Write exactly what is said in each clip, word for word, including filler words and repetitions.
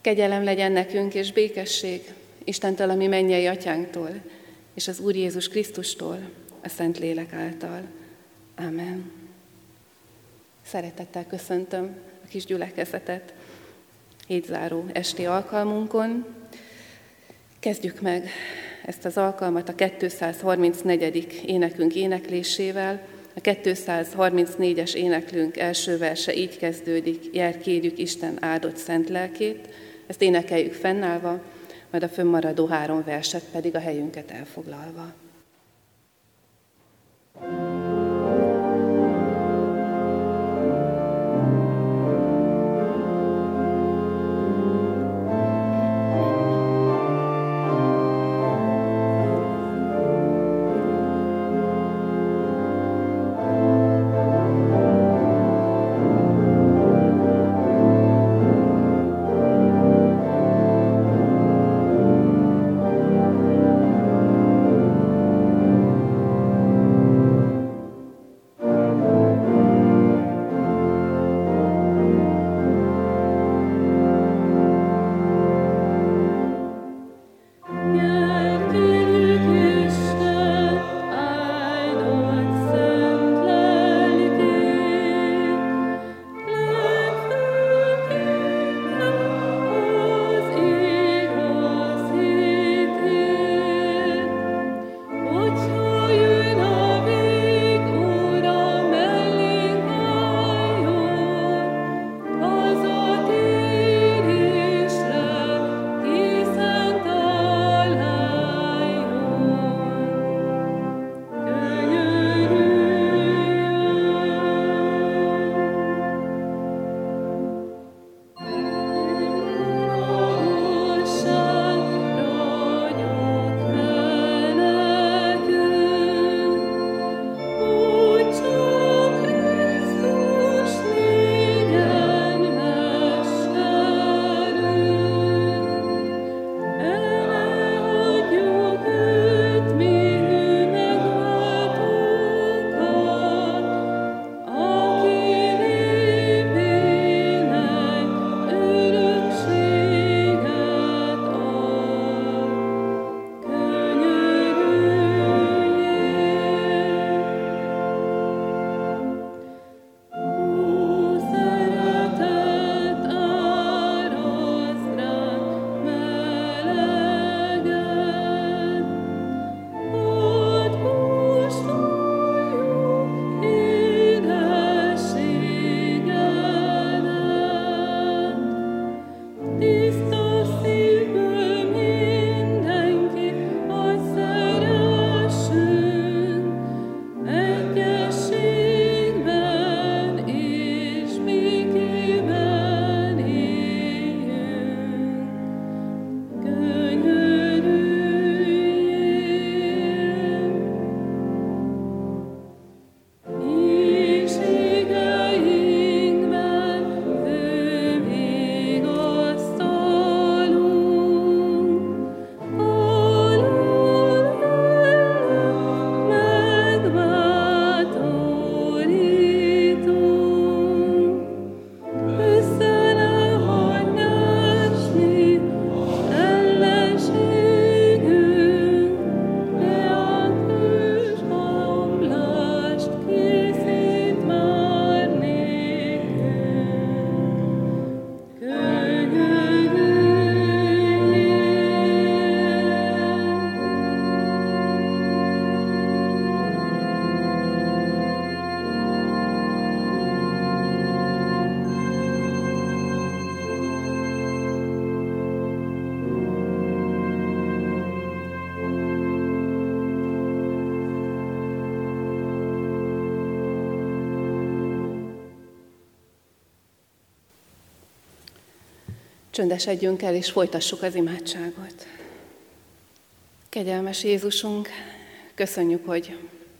Kegyelem legyen nekünk és békesség Istentől, a mi mennyei atyánktól, és az Úr Jézus Krisztustól, a Szentlélek által. Ámen. Szeretettel köszöntöm a kis gyülekezetet hétzáró esti alkalmunkon. Kezdjük meg ezt az alkalmat a kétszázharmincnegyedik énekünk éneklésével. A kétszázharmincnégyes éneklünk első verse így kezdődik: Jár, kérjük Isten áldott szent lelkét. Ezt énekeljük fennállva, majd a fönnmaradó három verset pedig a helyünket elfoglalva. Csöndesedjünk el, és folytassuk az imádságot. Kegyelmes Jézusunk, köszönjük, hogy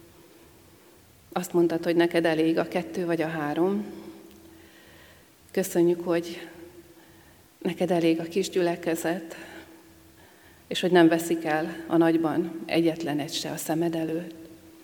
azt mondtad, hogy neked elég a kettő vagy a három. Köszönjük, hogy neked elég a kis gyülekezet, és hogy nem veszik el a nagyban egyetlen egy se a szemed előtt.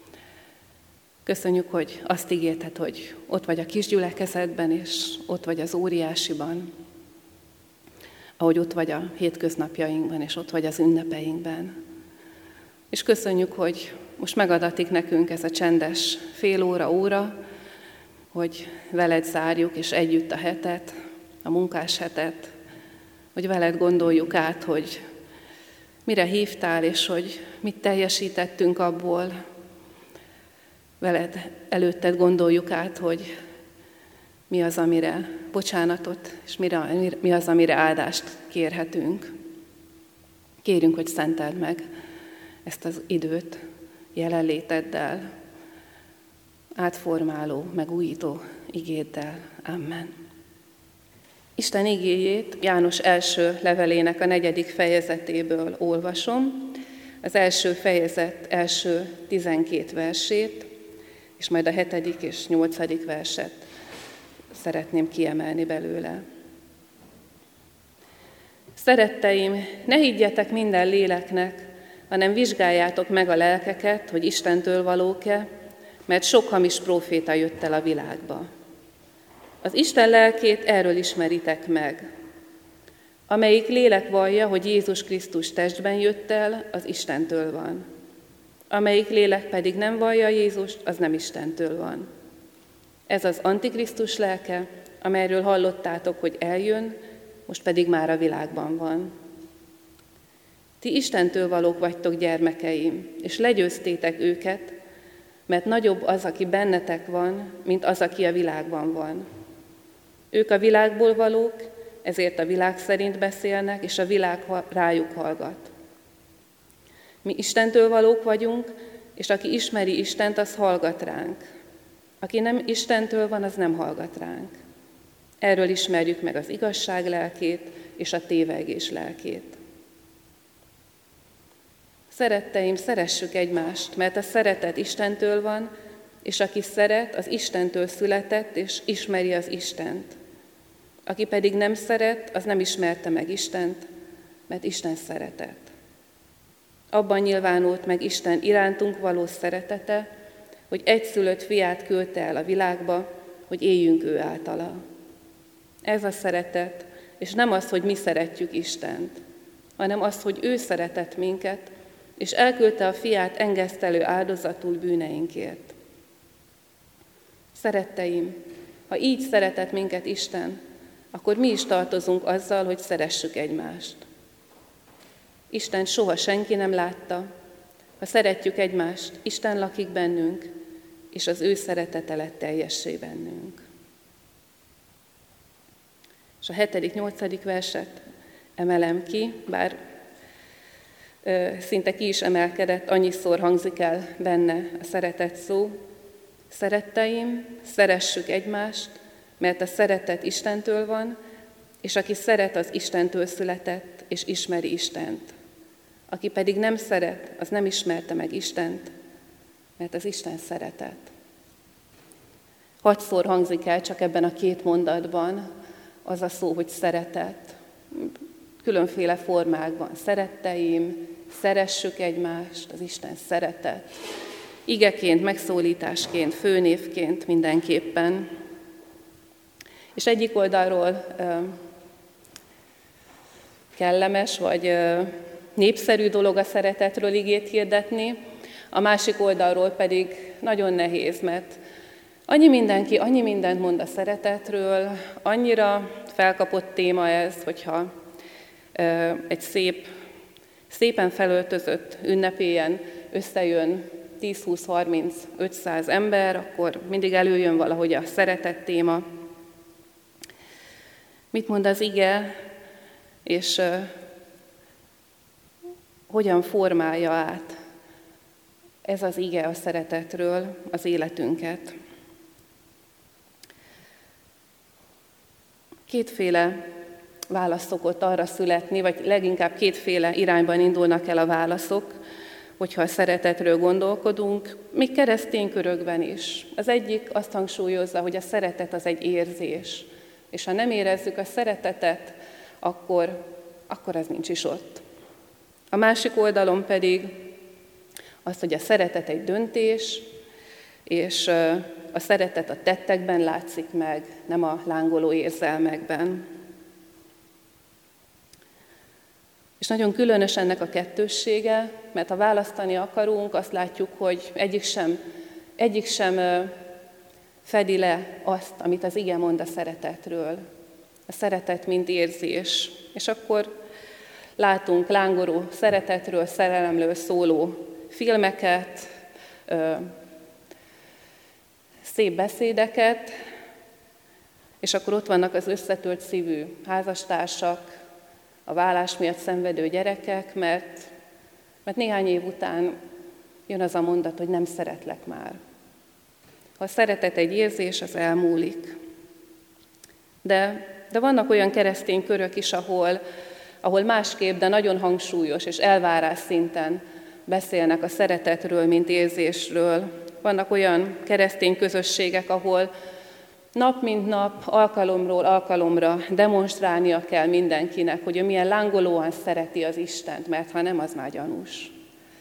Köszönjük, hogy azt ígérted, hogy ott vagy a kis gyülekezetben, és ott vagy az óriásiban. ahogy ott vagy a hétköznapjainkban, és ott vagy az ünnepeinkben. És köszönjük, hogy most megadatik nekünk ez a csendes fél óra, óra, hogy veled zárjuk, és együtt a hetet, a munkás hetet, hogy veled gondoljuk át, hogy mire hívtál, és hogy mit teljesítettünk abból. Veled előtted gondoljuk át, hogy mi az, amire bocsánatot, és mire, mi az, amire áldást kérhetünk. Kérünk, hogy szenteld meg ezt az időt jelenléteddel, átformáló, megújító igéddel. Amen. Isten igéjét János első levelének a negyedik fejezetéből olvasom, az első fejezet első tizenkét versét, és majd a hetedik és nyolcadik verset szeretném kiemelni belőle. Szeretteim, ne higgyetek minden léleknek, hanem vizsgáljátok meg a lelkeket, hogy Istentől valók-e, mert sok hamis próféta jött el a világba. Az Isten lelkét erről ismeritek meg. Amelyik lélek vallja, hogy Jézus Krisztus testben jött el, az Istentől van. Amelyik lélek pedig nem vallja Jézust, az nem Istentől van. Ez az Antikrisztus lelke, amelyről hallottátok, hogy eljön, most pedig már a világban van. Ti Istentől valók vagytok, gyermekeim, és legyőztétek őket, mert nagyobb az, aki bennetek van, mint az, aki a világban van. Ők a világból valók, ezért a világ szerint beszélnek, és a világ rájuk hallgat. Mi Istentől valók vagyunk, és aki ismeri Istent, az hallgat ránk. Aki nem Istentől van, az nem hallgat ránk. Erről ismerjük meg az igazság lelkét és a tévegés lelkét. Szeretteim, szeressük egymást, mert a szeretet Istentől van, és aki szeret, az Istentől született, és ismeri az Istent. Aki pedig nem szeret, az nem ismerte meg Istent, mert Isten szeretett. Abban nyilvánult meg Isten irántunk való szeretete, hogy egyszülött fiát küldte el a világba, hogy éljünk ő általa. Ez a szeretet, és nem az, hogy mi szeretjük Istent, hanem az, hogy ő szeretett minket, és elküldte a fiát engesztelő áldozatul bűneinkért. Szeretteim, ha így szeretett minket Isten, akkor mi is tartozunk azzal, hogy szeressük egymást. Isten soha senki nem látta, ha szeretjük egymást, Isten lakik bennünk, és az ő szeretete lett teljessé bennünk. És a hetedik, nyolcadik verset emelem ki, bár ö, szinte ki is emelkedett, annyiszor hangzik el benne a szeretet szó. Szeretteim, szeressük egymást, mert a szeretet Istentől van, és aki szeret, az Istentől született, és ismeri Istent. Aki pedig nem szeret, az nem ismerte meg Istent, mert az Isten szeretett. Hatszor hangzik el csak ebben a két mondatban az a szó, hogy szeretet. Különféle formákban. Szeretteim, szeressük egymást, az Isten szeretet. Igeként, megszólításként, főnévként mindenképpen. És egyik oldalról kellemes, vagy népszerű dolog a szeretetről igét hirdetni, a másik oldalról pedig nagyon nehéz, mert annyi mindenki, annyi mindent mond a szeretetről, annyira felkapott téma ez, hogyha egy szép, szépen felöltözött ünnepélyen összejön tíz, húsz, harminc, ötszáz ember, akkor mindig előjön valahogy a szeretet téma. Mit mond az ige, és uh, hogyan formálja át ez az ige a szeretetről az életünket. Kétféle válasz szokott arra születni, vagy leginkább kétféle irányban indulnak el a válaszok, hogyha a szeretetről gondolkodunk, még keresztény körökben is. Az egyik azt hangsúlyozza, hogy a szeretet az egy érzés, és ha nem érezzük a szeretetet, akkor, akkor az nincs is ott. A másik oldalon pedig az, hogy a szeretet egy döntés, és a szeretet a tettekben látszik meg, nem a lángoló érzelmekben. És nagyon különös ennek a kettőssége, mert ha választani akarunk, azt látjuk, hogy egyik sem, egyik sem fedi le azt, amit az ige mond a szeretetről. A szeretet, mint érzés. És akkor látunk lángoró szeretetről, szerelemről szóló filmeket, szép beszédeket, és akkor ott vannak az összetört szívű házastársak, a válás miatt szenvedő gyerekek, mert, mert néhány év után jön az a mondat, hogy nem szeretlek már. Ha a szeretet egy érzés, az elmúlik. De, de vannak olyan keresztény körök is, ahol, ahol másképp, de nagyon hangsúlyos és elvárás szinten beszélnek a szeretetről, mint érzésről. Vannak olyan keresztény közösségek, ahol nap mint nap, alkalomról alkalomra demonstrálnia kell mindenkinek, hogy ő milyen lángolóan szereti az Istent, mert ha nem, az már gyanús.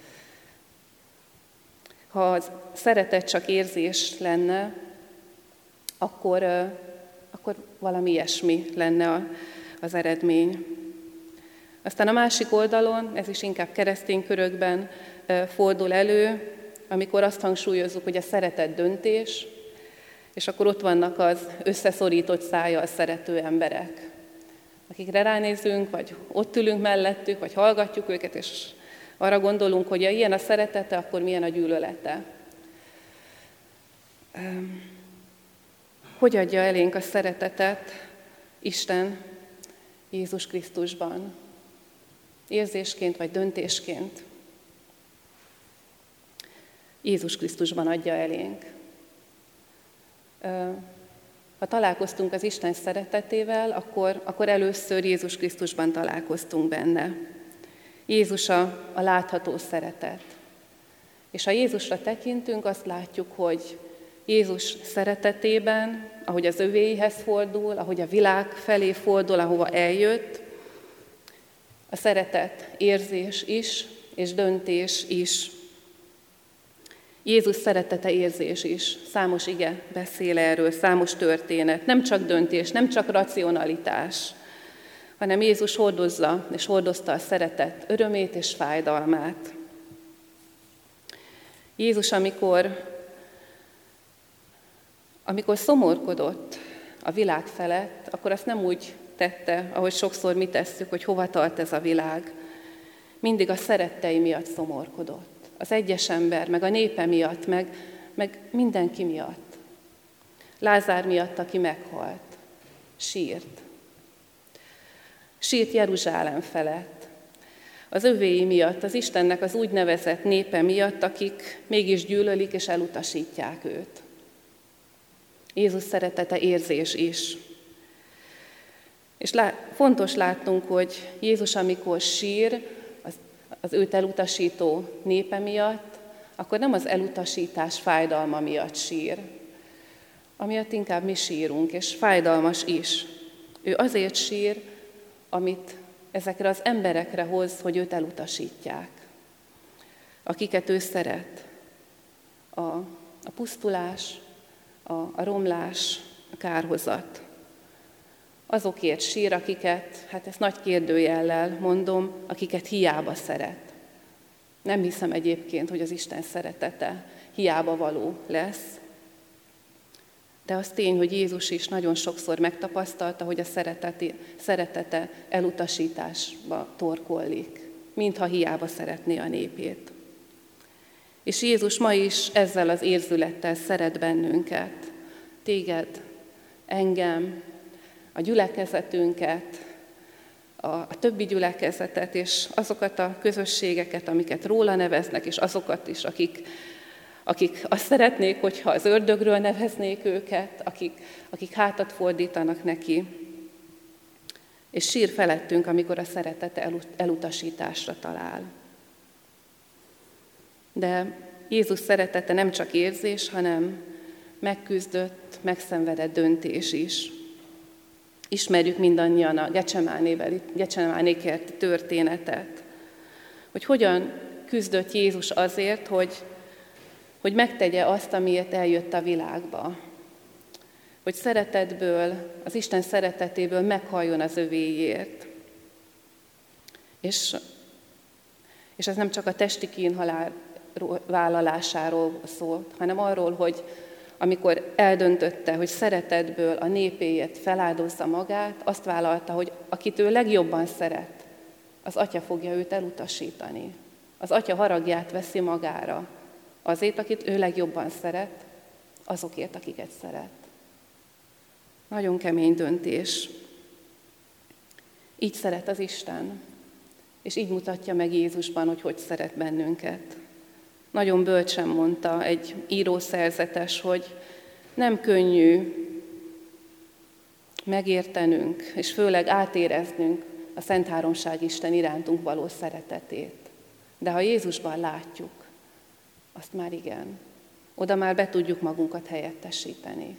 Ha az szeretet csak érzés lenne, akkor, akkor valami ilyesmi lenne az eredmény. Aztán a másik oldalon, ez is inkább keresztény körökben fordul elő, amikor azt hangsúlyozzuk, hogy a szeretet döntés, és akkor ott vannak az összeszorított szájjal szerető emberek, akikre ránézünk, vagy ott ülünk mellettük, vagy hallgatjuk őket, és arra gondolunk, hogy ha ilyen a szeretete, akkor milyen a gyűlölete. Hogy adja elénk a szeretetet Isten Jézus Krisztusban? Érzésként vagy döntésként? Jézus Krisztusban adja elénk. Ha találkoztunk az Isten szeretetével, akkor, akkor először Jézus Krisztusban találkoztunk benne. Jézus a, a látható szeretet. És ha Jézusra tekintünk, azt látjuk, hogy Jézus szeretetében, ahogy az övéihez fordul, ahogy a világ felé fordul, ahova eljött, a szeretet érzés is, és döntés is. Jézus szeretete érzés is. Számos ige beszél erről, számos történet. Nem csak döntés, nem csak racionalitás, hanem Jézus hordozza és hordozta a szeretet örömét és fájdalmát. Jézus, amikor, amikor szomorkodott a világ felett, akkor azt nem úgy tette, ahogy sokszor mi tesszük, hogy hova tart ez a világ. Mindig a szerettei miatt szomorkodott. Az egyes ember, meg a népe miatt, meg, meg mindenki miatt. Lázár miatt, aki meghalt. Sírt. Sírt Jeruzsálem felett. Az övéi miatt, az Istennek az úgynevezett népe miatt, akik mégis gyűlölik és elutasítják őt. Jézus szeretete érzés is. És lá- fontos látnunk, hogy Jézus, amikor sír, az, az őt elutasító népe miatt, akkor nem az elutasítás fájdalma miatt sír, amiatt inkább mi sírunk, és fájdalmas is. Ő azért sír, amit ezekre az emberekre hoz, hogy őt elutasítják, akiket ő szeret. A, a pusztulás, a, a romlás, a kárhozat. Azokért sír, akiket, hát ezt nagy kérdőjellel mondom, akiket hiába szeret. Nem hiszem egyébként, hogy az Isten szeretete hiába való lesz. De az tény, hogy Jézus is nagyon sokszor megtapasztalta, hogy a szereteti, szeretete elutasításba torkollik, mintha hiába szeretné a népét. És Jézus ma is ezzel az érzülettel szeret bennünket, téged, engem, a gyülekezetünket, a, a többi gyülekezetet, és azokat a közösségeket, amiket róla neveznek, és azokat is, akik, akik azt szeretnék, hogyha az ördögről neveznék őket, akik, akik hátat fordítanak neki, és sír felettünk, amikor a szeretete elutasításra talál. De Jézus szeretete nem csak érzés, hanem megküzdött, megszenvedett döntés is. Ismerjük mindannyian a Gecsemánékert történetet, hogy hogyan küzdött Jézus azért, hogy, hogy megtegye azt, amiért eljött a világba. Hogy szeretetből, az Isten szeretetéből meghalljon az övéért. És, és ez nem csak a testi kínhalál vállalásáról szólt, hanem arról, hogy amikor eldöntötte, hogy szeretetből a népéért feláldozza magát, azt vállalta, hogy akit ő legjobban szeret, az Atya fogja őt elutasítani. Az Atya haragját veszi magára, azért, akit ő legjobban szeret, azokért, akiket szeret. Nagyon kemény döntés. Így szeret az Isten, és így mutatja meg Jézusban, hogy hogy szeret bennünket. Nagyon bölcsen mondta egy írószerzetes, hogy nem könnyű megértenünk, és főleg átéreznünk a Szent Háromság Isten irántunk való szeretetét. De ha Jézusban látjuk, azt már igen, oda már be tudjuk magunkat helyettesíteni.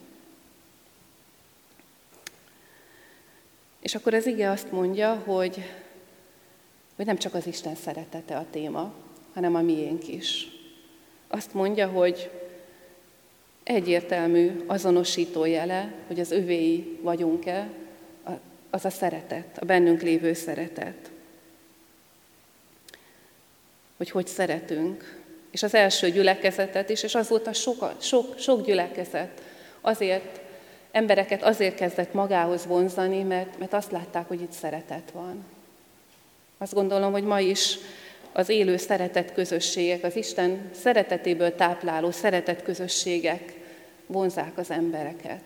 És akkor az ige azt mondja, hogy, hogy nem csak az Isten szeretete a téma, hanem a miénk is. Azt mondja, hogy egyértelmű azonosító jele, hogy az övéi vagyunk-e, az a szeretet, a bennünk lévő szeretet. Hogy hogy szeretünk. És az első gyülekezetet is, és azóta sok, sok, sok gyülekezet azért, embereket azért kezdett magához vonzani, mert, mert azt látták, hogy itt szeretet van. Azt gondolom, hogy ma is az élő szeretet közösségek, az Isten szeretetéből tápláló szeretet közösségek vonzák az embereket.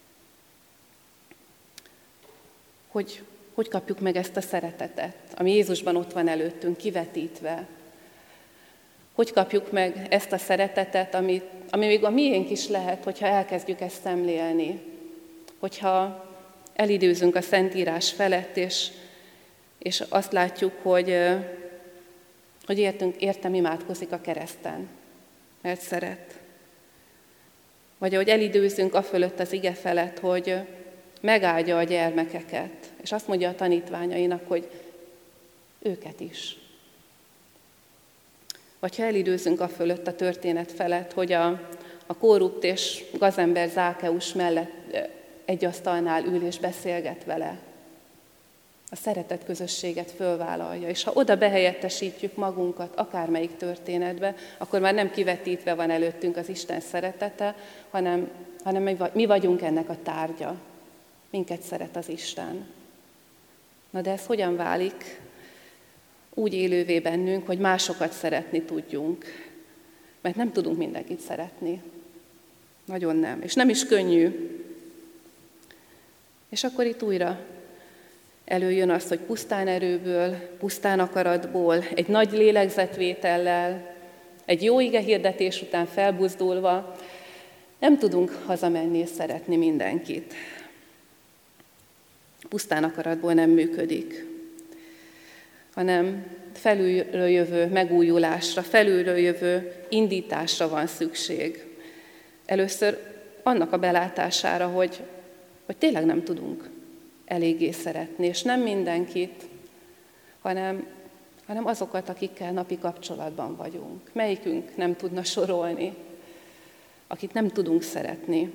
Hogy, hogy kapjuk meg ezt a szeretetet, ami Jézusban ott van előttünk, kivetítve. Hogy kapjuk meg ezt a szeretetet, ami, ami még a miénk is lehet, hogyha elkezdjük ezt szemlélni. Hogyha elidőzünk a Szentírás felett, és, és azt látjuk, hogy, hogy értünk, értem imádkozik a kereszten, mert szeret. Vagy ahogy elidőzünk a fölött az ige felett, hogy megáldja a gyermekeket, és azt mondja a tanítványainak, hogy őket is. Vagy ha elidőzünk a fölött a történet felett, hogy a, a korrupt és gazember Zákeus mellett egy asztalnál ül és beszélget vele. A szeretet közösséget fölvállalja, és ha oda behelyettesítjük magunkat akármelyik történetbe, akkor már nem kivetítve van előttünk az Isten szeretete, hanem, hanem mi vagyunk ennek a tárgya. Minket szeret az Isten. Na de ez hogyan válik úgy élővé bennünk, hogy másokat szeretni tudjunk? Mert nem tudunk mindenkit szeretni. Nagyon nem. És nem is könnyű. És akkor itt újra előjön az, hogy pusztán erőből, pusztán akaratból, egy nagy lélegzetvétellel, egy jó ige hirdetés után felbuzdulva nem tudunk hazamenni és szeretni mindenkit. Pusztán akaratból nem működik, hanem felülről jövő megújulásra, felülről jövő indításra van szükség. Először annak a belátására, hogy, hogy tényleg nem tudunk eléggé szeretni, és nem mindenkit, hanem, hanem azokat, akikkel napi kapcsolatban vagyunk. Melyikünk nem tudna sorolni, akit nem tudunk szeretni.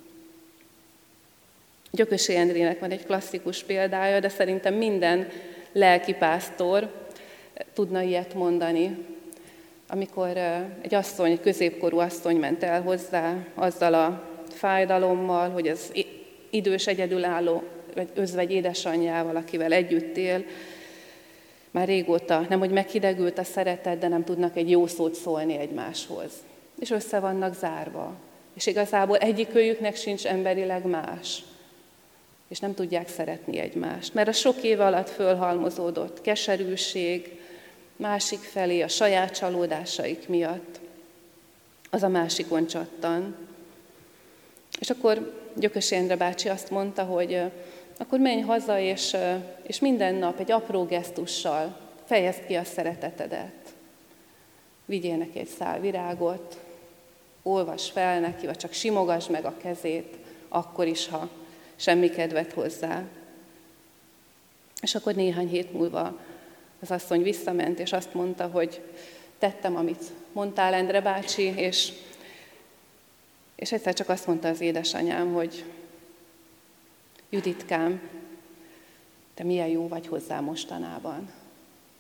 Gyökösi Endrének van egy klasszikus példája, de szerintem minden lelkipásztor tudna ilyet mondani, amikor egy asszony, egy középkorú asszony ment el hozzá azzal a fájdalommal, hogy az idős egyedülálló vagy özvegy édesanyjával, akivel együtt él, már régóta nem, hogy meghidegült a szeretet, de nem tudnak egy jó szót szólni egymáshoz. És össze vannak zárva. És igazából egyikőjüknek sincs emberileg más. És nem tudják szeretni egymást. Mert a sok év alatt fölhalmozódott keserűség, másik felé a saját csalódásaik miatt, az a másikon csattan. És akkor Gyökösi Endre bácsi azt mondta, hogy akkor menj haza, és, és minden nap egy apró gesztussal fejezd ki a szeretetedet. Vigyél neki egy szál virágot, olvasd fel neki, vagy csak simogasd meg a kezét, akkor is, ha semmi kedvet hozzá. És akkor néhány hét múlva az asszony visszament, és azt mondta, hogy tettem, amit mondtál, Endre bácsi, és, és egyszer csak azt mondta az édesanyám, hogy Juditkám, te milyen jó vagy hozzá mostanában.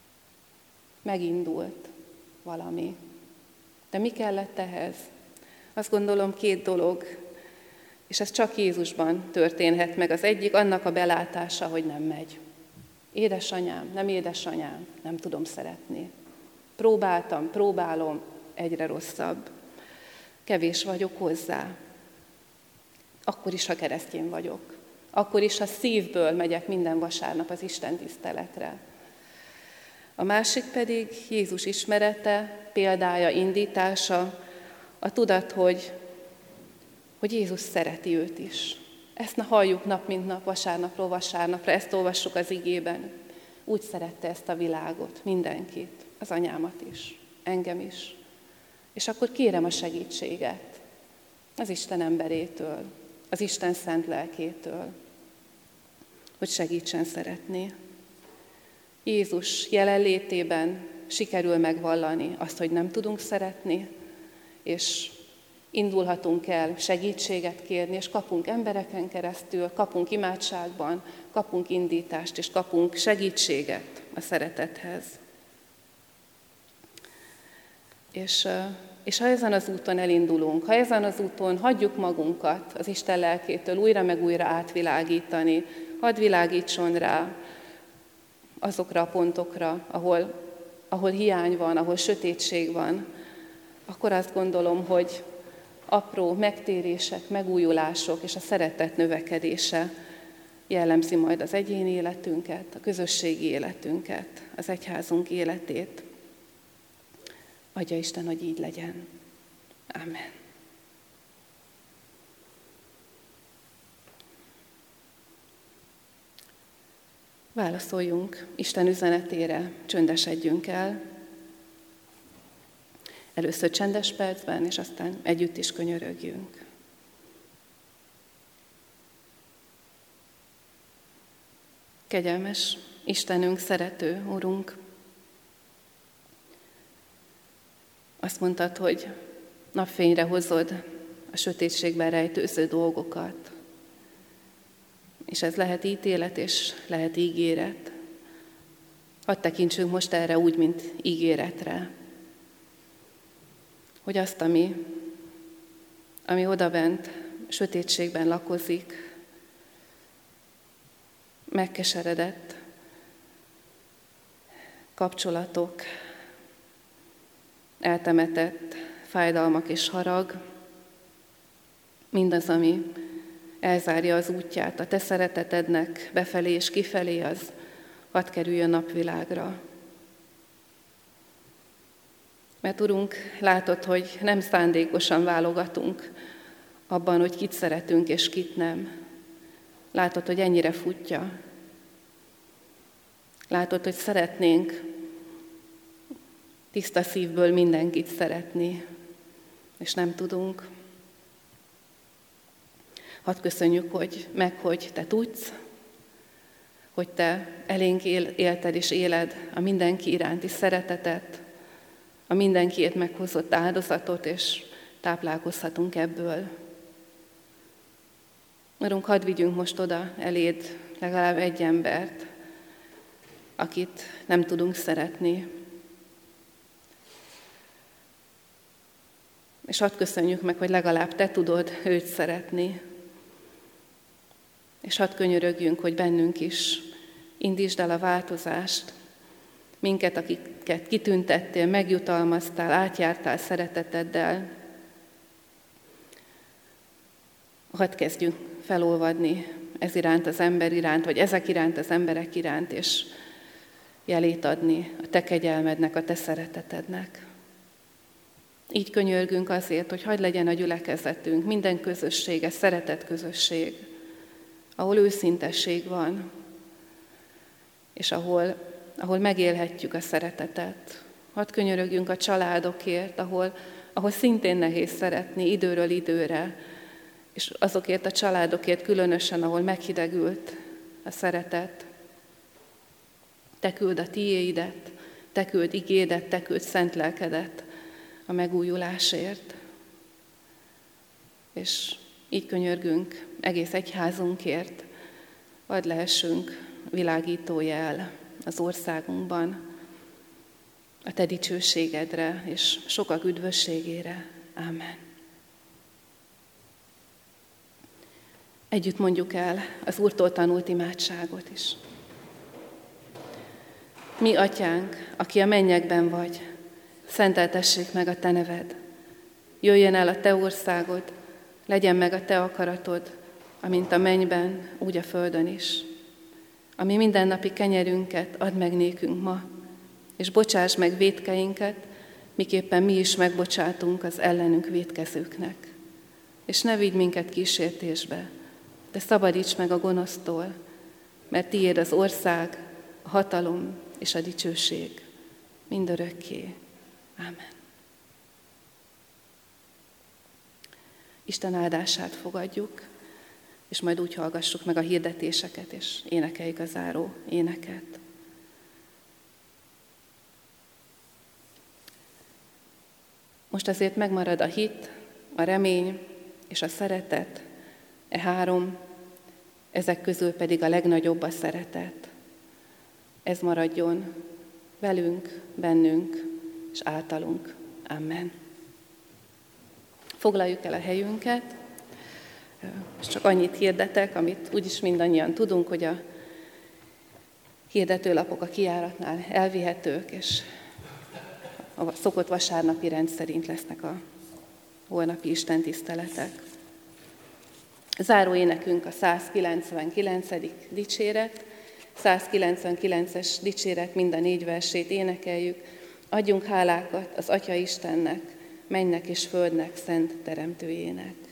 megindult valami. De mi kellett ehhez? Azt gondolom, két dolog, és ez csak Jézusban történhet meg. Az egyik annak a belátása, hogy nem megy. Édesanyám, nem édesanyám, nem tudom szeretni. Próbáltam, próbálom, egyre rosszabb. Kevés vagyok hozzá. Akkor is, ha keresztény vagyok. Akkor is, ha szívből megyek minden vasárnap az Isten tiszteletre. A másik pedig Jézus ismerete, példája, indítása, a tudat, hogy, hogy Jézus szereti őt is. Ezt halljuk nap mint nap, vasárnapról vasárnapra, ezt olvassuk az igében. Úgy szerette ezt a világot, mindenkit, az anyámat is, engem is. És akkor kérem a segítséget az Isten emberétől, az Isten szent lelkétől, hogy segítsen szeretni. Jézus jelenlétében sikerül megvallani azt, hogy nem tudunk szeretni, és indulhatunk el segítséget kérni, és kapunk embereken keresztül, kapunk imádságban, kapunk indítást, és kapunk segítséget a szeretethez. És, és ha ezen az úton elindulunk, ha ezen az úton hagyjuk magunkat az Isten lelkétől újra meg újra átvilágítani, hadd világítson rá azokra a pontokra, ahol, ahol hiány van, ahol sötétség van, akkor azt gondolom, hogy apró megtérések, megújulások és a szeretet növekedése jellemzi majd az egyéni életünket, a közösségi életünket, az egyházunk életét. Adja Isten, hogy így legyen. Amen. Válaszoljunk Isten üzenetére, csöndesedjünk el. Először csendes percben, és aztán együtt is könyörögjünk. Kegyelmes Istenünk, szerető Urunk, azt mondtad, hogy napfényre hozod a sötétségben rejtőző dolgokat. És ez lehet ítélet, és lehet ígéret. Hadd tekintsünk most erre úgy, mint ígéretre. Hogy azt, ami, ami odabent sötétségben lakozik, megkeseredett kapcsolatok, eltemetett fájdalmak és harag, mindaz, ami elzárja az útját a te szeretetednek befelé és kifelé, az hadd kerüljön napvilágra. Mert Urunk, látod, hogy nem szándékosan válogatunk abban, hogy kit szeretünk és kit nem. Látod, hogy ennyire futja. Látod, hogy szeretnénk tiszta szívből mindenkit szeretni, és nem tudunk. Hadd köszönjük, hogy meg, hogy te tudsz, hogy te elénk él, élted és éled a mindenki iránti szeretetet, a mindenkiért meghozott áldozatot, és táplálkozhatunk ebből. Urunk, hadd vigyünk most oda eléd legalább egy embert, akit nem tudunk szeretni. És hadd köszönjük meg, hogy legalább te tudod őt szeretni. És hadd könyörögjünk, hogy bennünk is indítsd el a változást, minket, akiket kitüntettél, megjutalmaztál, átjártál szereteteddel. Hadd kezdjünk felolvadni ez iránt az ember iránt, vagy ezek iránt az emberek iránt, és jelét adni a te kegyelmednek, a te szeretetednek. Így könyörgünk azért, hogy hadd legyen a gyülekezetünk, minden közössége, szeretet közösség, ahol őszintesség van, és ahol, ahol megélhetjük a szeretetet. Hadd könyörögjünk a családokért, ahol, ahol szintén nehéz szeretni időről időre, és azokért a családokért különösen, ahol meghidegült a szeretet. Te küld a tiéidet, te küld igédet, te küld szent lelkedet a megújulásért. És így könyörgünk egész egyházunkért, hadd lehessünk világító jel az országunkban, a Te dicsőségedre és sokak üdvösségére. Ámen. Együtt mondjuk el az Úrtól tanult imádságot is. Mi, Atyánk, aki a mennyekben vagy, szenteltessék meg a Te neved. Jöjjön el a Te országod, legyen meg a Te akaratod, amint a mennyben, úgy a földön is. Ami mindennapi kenyerünket add meg nékünk ma, és bocsáss meg vétkeinket, miképpen mi is megbocsátunk az ellenünk vétkezőknek. És ne vigy minket kísértésbe, de szabadíts meg a gonosztól, mert tiéd az ország, a hatalom és a dicsőség mindörökké. Ámen. Isten áldását fogadjuk, és majd úgy hallgassuk meg a hirdetéseket, és énekeljük a záró éneket. Most azért megmarad a hit, a remény és a szeretet, e három, ezek közül pedig a legnagyobb a szeretet. Ez maradjon velünk, bennünk és általunk. Amen. Foglaljuk el a helyünket, és csak annyit hirdetek, amit úgyis mindannyian tudunk, hogy a hirdetőlapok a kijáratnál elvihetők, és a szokott vasárnapi rend szerint lesznek a holnapi istentiszteletek. Záró énekünk a százkilencvenkilencedik dicséret, százkilencvenkilences dicséret mind a négy versét énekeljük. Adjunk hálákat az Atya Istennek, mennynek és földnek szent teremtőjének.